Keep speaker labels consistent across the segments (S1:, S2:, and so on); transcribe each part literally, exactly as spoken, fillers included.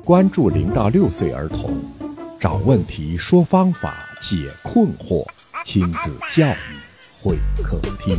S1: 关注零到六岁儿童，找问题，说方法，解困惑，亲子教育会客厅。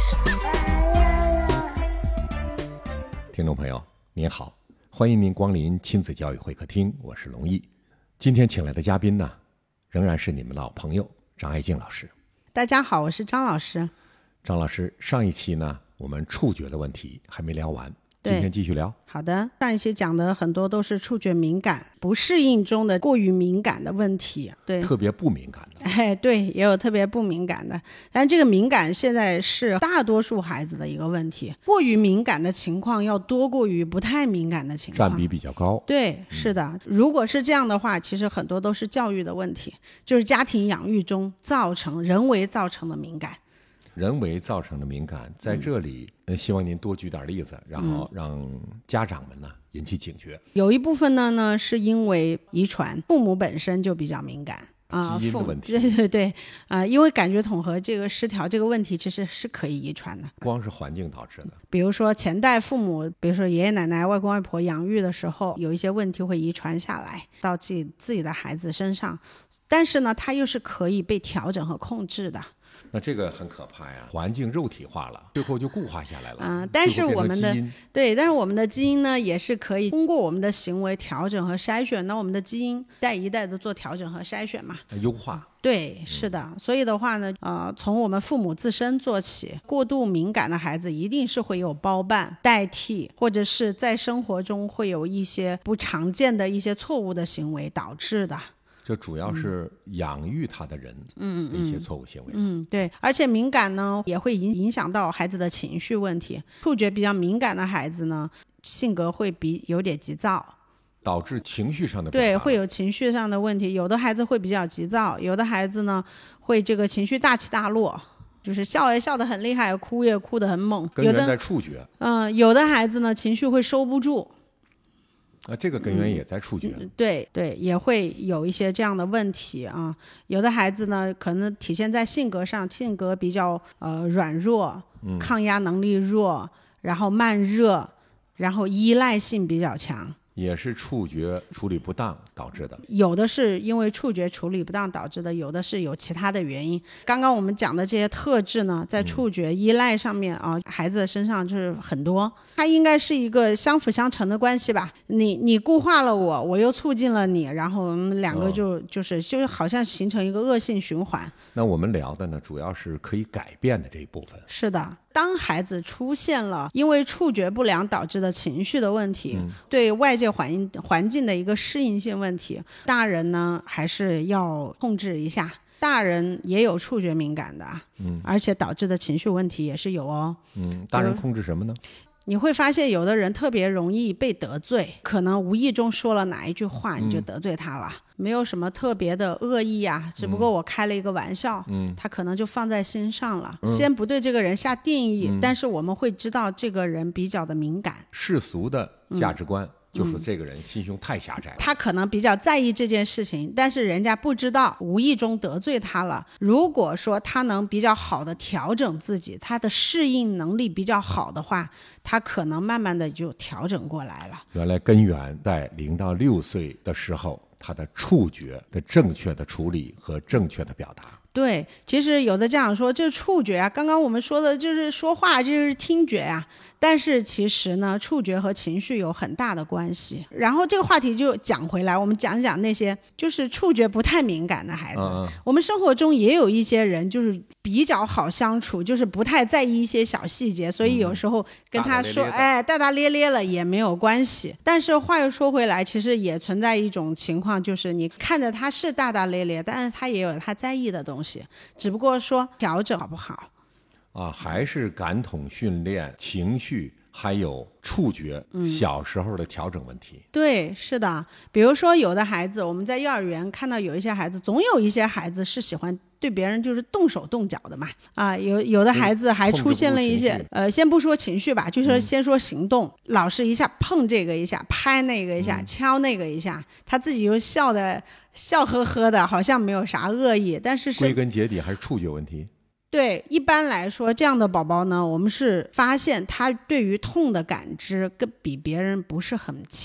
S1: 听众朋友您好，欢迎您光临亲子教育会客厅，我是龙毅。今天请来的嘉宾呢，仍然是你们老朋友张爱静老师。
S2: 大家好，我是张老师。
S1: 张老师，上一期呢我们触觉的问题还没聊完，今天继续聊。
S2: 好的，上一期讲的很多都是触觉敏感不适应中的过于敏感的问题，对，
S1: 特别不敏感的，
S2: 哎，对，也有特别不敏感的，但这个敏感现在是大多数孩子的一个问题，过于敏感的情况要多过于不太敏感的情况，
S1: 占比比较高。
S2: 对，是的、嗯、如果是这样的话，其实很多都是教育的问题，就是家庭养育中造成人为造成的敏感。
S1: 人为造成的敏感，在这里、嗯、希望您多举点例子，然后让家长们呢引起警觉。
S2: 有一部分呢呢是因为遗传，父母本身就比较敏感啊，
S1: 基因的问题。
S2: 对对对啊、呃，因为感觉统合这个失调这个问题其实是可以遗传的，
S1: 光是环境导致的。
S2: 比如说前代父母，比如说爷爷奶奶、外公外婆养育的时候，有一些问题会遗传下来到自己自己的孩子身上，但是呢，它又是可以被调整和控制的。
S1: 那这个很可怕呀，环境肉体化了，最后就固化下来了。
S2: 嗯，但是我们的对，但是我们的基因呢，也是可以通过我们的行为调整和筛选。那我们的基因一代一代的做调整和筛选嘛，
S1: 优化。
S2: 对，是的。所以的话呢，呃，从我们父母自身做起，过度敏感的孩子一定是会有包办、代替，或者是在生活中会有一些不常见的一些错误的行为导致的。
S1: 这主要是养育他的人的一些错误行为。
S2: 嗯，嗯对，而且敏感呢也会影影响到孩子的情绪问题。触觉比较敏感的孩子呢，性格会比有点急躁，
S1: 导致情绪上的
S2: 对，会有情绪上的问题。有的孩子会比较急躁，有的孩子呢会这个情绪大起大落，就是笑也笑得很厉害，哭也哭得很猛。
S1: 根源在触觉。
S2: 嗯，有的孩子呢情绪会收不住。
S1: 啊，这个根源也在触觉、
S2: 嗯、对对，也会有一些这样的问题啊。有的孩子呢，可能体现在性格上，性格比较呃软弱，抗压能力弱，然后慢热，然后依赖性比较强。
S1: 也是触觉处理不当导致的，
S2: 有的是因为触觉处理不当导致的，有的是有其他的原因。刚刚我们讲的这些特质呢，在触觉依赖上面啊，孩子的身上就是很多，它应该是一个相辅相成的关系吧。你你固化了我，我又促进了你，然后我们两个就、哦、就是就是好像形成一个恶性循环。
S1: 那我们聊的呢，主要是可以改变的这一部分。
S2: 是的。当孩子出现了因为触觉不良导致的情绪的问题、嗯、对外界环环境的一个适应性问题，大人呢还是要控制一下。大人也有触觉敏感的，嗯，而且导致的情绪问题也是有哦。
S1: 嗯，大人控制什么呢？
S2: 你会发现有的人特别容易被得罪，可能无意中说了哪一句话你就得罪他了、嗯、没有什么特别的恶意啊，只不过我开了一个玩笑、嗯、他可能就放在心上了、嗯、先不对这个人下定义、嗯、但是我们会知道这个人比较的敏感。
S1: 世俗的价值观、嗯就是这个人心胸太狭窄了、嗯、
S2: 他可能比较在意这件事情，但是人家不知道无意中得罪他了。如果说他能比较好的调整自己，他的适应能力比较好的话，他可能慢慢的就调整过来了。
S1: 原来根源在零到六岁的时候，他的触觉的正确的处理和正确的表达。
S2: 对，其实有的家长说这触觉啊，刚刚我们说的就是说话就是听觉啊，但是其实呢，触觉和情绪有很大的关系。然后这个话题就讲回来，我们讲讲那些就是触觉不太敏感的孩子、嗯、我们生活中也有一些人就是比较好相处，就是不太在意一些小细节，所以有时候跟他说、嗯、哎大大咧咧了也没有关系。但是话又说回来，其实也存在一种情况，就是你看着他是大大咧咧，但是他也有他在意的东西，只不过说调整好不好
S1: 啊，还是感统训练、情绪还有触觉、嗯、小时候的调整问题。
S2: 对，是的。比如说有的孩子，我们在幼儿园看到有一些孩子，总有一些孩子是喜欢对别人就是动手动脚的嘛。啊，有有的孩子还出现了一些呃，先不说情绪吧，就是先说行动、嗯、老是一下碰这个一下，拍那个一下、嗯、敲那个一下，他自己又笑的笑呵呵的，好像没有啥恶意，但是是
S1: 归根结底还是触觉问题。
S2: 对，一般来说这样的宝宝呢，我们是发现他对于痛的感知跟比别人不是很强，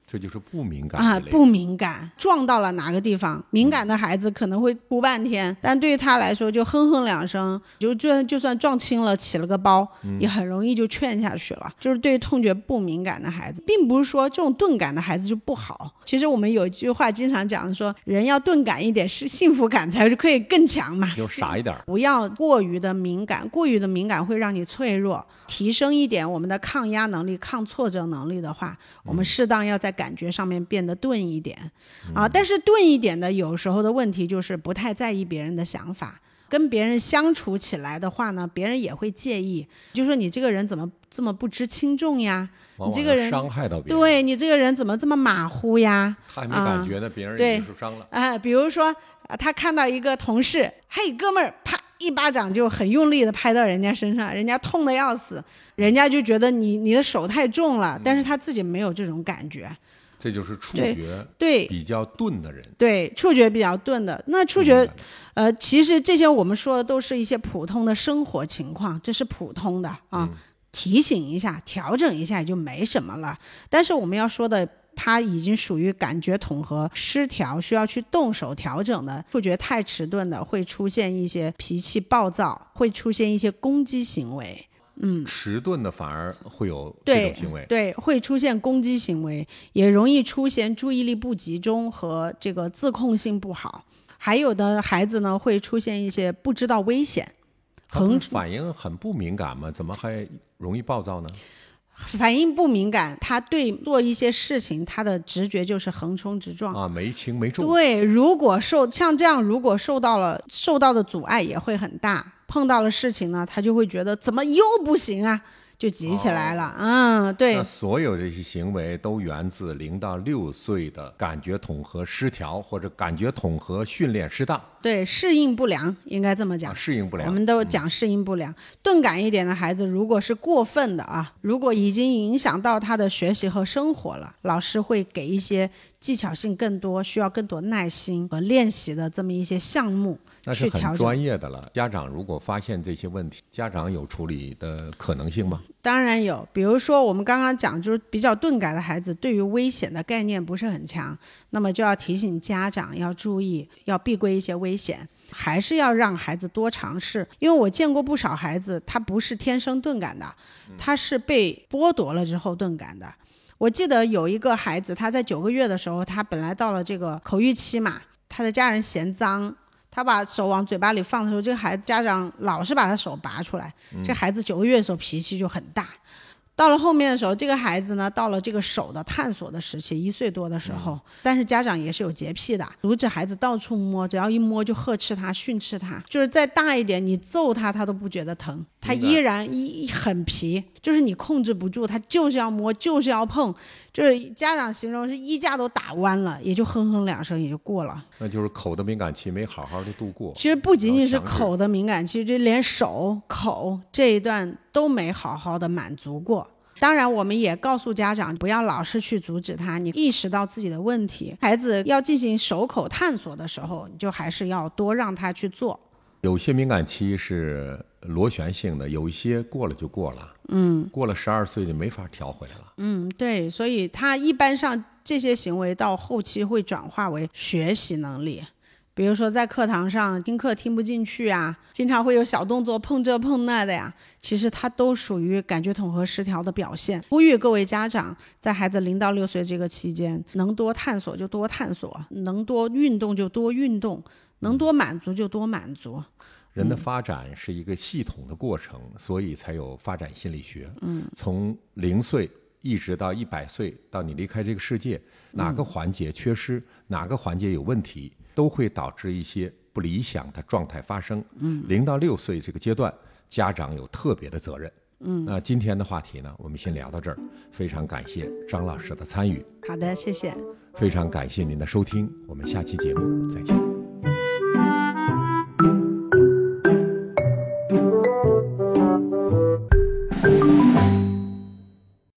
S1: 这就是不敏感
S2: 啊，不敏感，撞到了哪个地方，敏感的孩子可能会哭半天，但对于他来说就哼哼两声，就就就算撞轻了起了个包、嗯、也很容易就劝下去了。就是对痛觉不敏感的孩子，并不是说这种钝感的孩子就不好。其实我们有一句话经常讲说，人要钝感一点，是幸福感才可以更强嘛，
S1: 就傻一点，
S2: 不要过于的敏感，过于的敏感会让你脆弱。提升一点我们的抗压能力、抗挫折能力的话，我们适当要在感觉上面变得钝一点、嗯、啊。但是钝一点的有时候的问题就是不太在意别人的想法，跟别人相处起来的话呢，别人也会介意，就说你这个人怎么这么不知轻重呀，
S1: 往往
S2: 你这个人
S1: 伤害到别人，
S2: 对，你这个人怎么这么马虎呀，
S1: 他还没感觉呢、啊、别人已经受伤了、
S2: 呃、比如说他看到一个同事，嘿哥们儿，啪一巴掌就很用力的拍到人家身上，人家痛得要死，人家就觉得你你的手太重了、嗯、但是他自己没有这种感觉。
S1: 这就是触觉
S2: 对
S1: 比较钝的人，
S2: 对，对触觉比较钝的。那触觉呃，其实这些我们说的都是一些普通的生活情况，这是普通的啊、嗯，提醒一下调整一下也就没什么了。但是我们要说的，它已经属于感觉统合失调，需要去动手调整的。触觉太迟钝的会出现一些脾气暴躁，会出现一些攻击行为。嗯，
S1: 迟钝的反而会有这种行为，
S2: 对，对，会出现攻击行为，也容易出现注意力不集中和这个自控性不好。还有的孩子呢，会出现一些不知道危险，
S1: 他们反应很不敏感吗？怎么还容易暴躁呢？
S2: 反应不敏感，他对做一些事情他的直觉就是横冲直撞
S1: 啊，没轻没重。
S2: 对，如果受像这样，如果受到了受到的阻碍也会很大，碰到了事情呢，他就会觉得怎么又不行啊，就急起来了。哦、嗯，对。
S1: 那所有这些行为都源自零到六岁的感觉统合失调或者感觉统合训练失当。
S2: 对，适应不良应该这么讲、
S1: 啊、适应不良，
S2: 我们都讲适应不良、嗯、钝感一点的孩子如果是过分的啊，如果已经影响到他的学习和生活了，老师会给一些技巧性更多、需要更多耐心和练习的这么一些项目，
S1: 那是很专业的了。家长如果发现这些问题，家长有处理的可能性吗？
S2: 当然有，比如说我们刚刚讲，就是比较钝感的孩子对于危险的概念不是很强，那么就要提醒家长要注意，要避规一些危险，还是要让孩子多尝试。因为我见过不少孩子，他不是天生钝感的，他是被剥夺了之后钝感的。我记得有一个孩子，他在九个月的时候，他本来到了这个口欲期嘛，他的家人嫌脏，他把手往嘴巴里放的时候，这个孩子家长老是把他手拔出来、嗯、这孩子九个月的时候脾气就很大。到了后面的时候，这个孩子呢，到了这个手的探索的时期，一岁多的时候、嗯、但是家长也是有洁癖的，阻止孩子到处摸，只要一摸就呵斥他训斥他，就是再大一点你揍他他都不觉得疼，他依然一很皮，就是你控制不住，他就是要摸就是要碰，就是家长形容是衣架都打弯了，也就哼哼两声也就过了。
S1: 那就是口的敏感期没好好的度过。
S2: 其实不仅仅是口的敏感期，这连手口这一段都没好好的满足过。当然我们也告诉家长不要老是去阻止他，你意识到自己的问题，孩子要进行手口探索的时候，你就还是要多让他去做。
S1: 有些敏感期是螺旋性的，有一些过了就过了，嗯，过了十二岁就没法调回来了。
S2: 嗯，对，所以他一般上这些行为到后期会转化为学习能力。比如说在课堂上听课听不进去啊，经常会有小动作碰这碰那的呀，其实它都属于感觉统合失调的表现。呼吁各位家长在孩子零到六岁这个期间，能多探索就多探索，能多运动就多运动，能多满足就多满足。
S1: 人的发展是一个系统的过程、嗯、所以才有发展心理学。嗯，从零岁一直到一百岁，到你离开这个世界，哪个环节缺失、嗯、哪个环节有问题，都会导致一些不理想的状态发生。嗯，零到六岁这个阶段，家长有特别的责任。嗯，那今天的话题呢，我们先聊到这儿。非常感谢张老师的参与。
S2: 好的，谢谢。
S1: 非常感谢您的收听，我们下期节目再见。